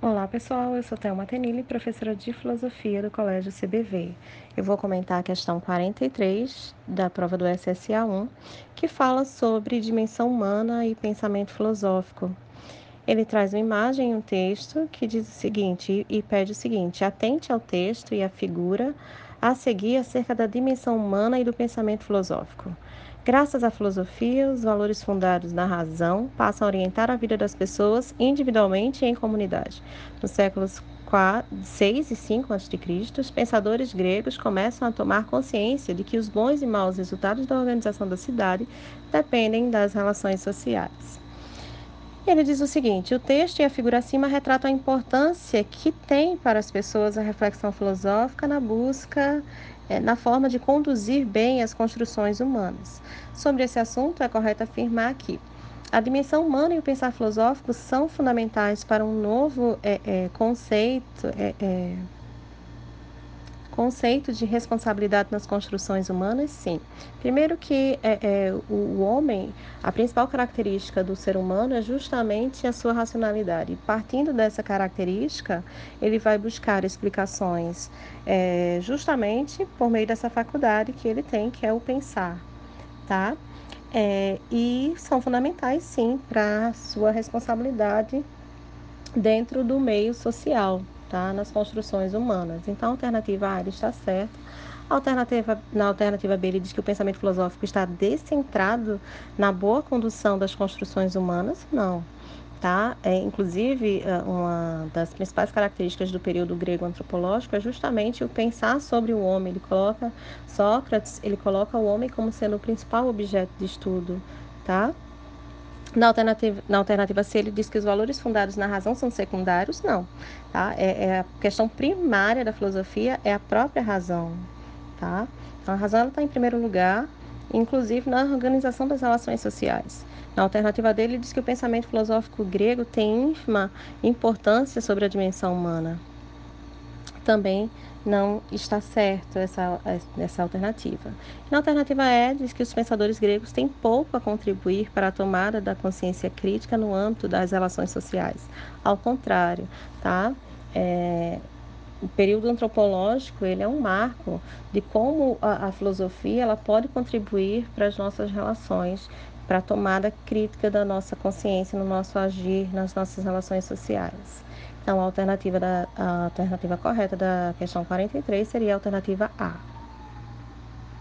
Olá pessoal, eu sou Thelma Tenille, professora de Filosofia do Colégio CBV. Eu vou comentar a questão 43 da prova do SSA1, que fala sobre dimensão humana e pensamento filosófico. Ele traz uma imagem e um texto que diz o seguinte, e pede o seguinte: atente ao texto e à figura a seguir acerca da dimensão humana e do pensamento filosófico. Graças à filosofia, os valores fundados na razão passam a orientar a vida das pessoas individualmente e em comunidade. Nos séculos 6 e 5 a.C., os pensadores gregos começam a tomar consciência de que os bons e maus resultados da organização da cidade dependem das relações sociais. Ele diz o seguinte: o texto e a figura acima retratam a importância que tem para as pessoas a reflexão filosófica na busca, na forma de conduzir bem as construções humanas. Sobre esse assunto, é correto afirmar que a dimensão humana e o pensar filosófico são fundamentais para um novo conceito de responsabilidade nas construções humanas, sim. Primeiro que o homem, a principal característica do ser humano é justamente a sua racionalidade. E partindo dessa característica, ele vai buscar explicações justamente por meio dessa faculdade que ele tem, que é o pensar, tá? E são fundamentais, sim, para a sua responsabilidade dentro do meio social, tá? Nas construções humanas. Então, a alternativa A ele está certa. Na alternativa B, ele diz que o pensamento filosófico está descentrado na boa condução das construções humanas. Não, tá? Inclusive, uma das principais características do período grego antropológico é justamente o pensar sobre o homem. Sócrates, ele coloca o homem como sendo o principal objeto de estudo, tá? Na alternativa C, ele diz que os valores fundados na razão são secundários. Não, tá? A questão primária da filosofia é a própria razão, tá? Então, a razão está em primeiro lugar, inclusive na organização das relações sociais. Na alternativa dele, ele diz que o pensamento filosófico grego tem ínfima importância sobre a dimensão humana. Também não está certo essa alternativa. Na alternativa E, diz que os pensadores gregos têm pouco a contribuir para a tomada da consciência crítica no âmbito das relações sociais. Ao contrário, tá? O período antropológico ele é um marco de como a filosofia ela pode contribuir para as nossas relações, para a tomada crítica da nossa consciência no nosso agir, nas nossas relações sociais. Então, a alternativa correta da questão 43 seria a alternativa A.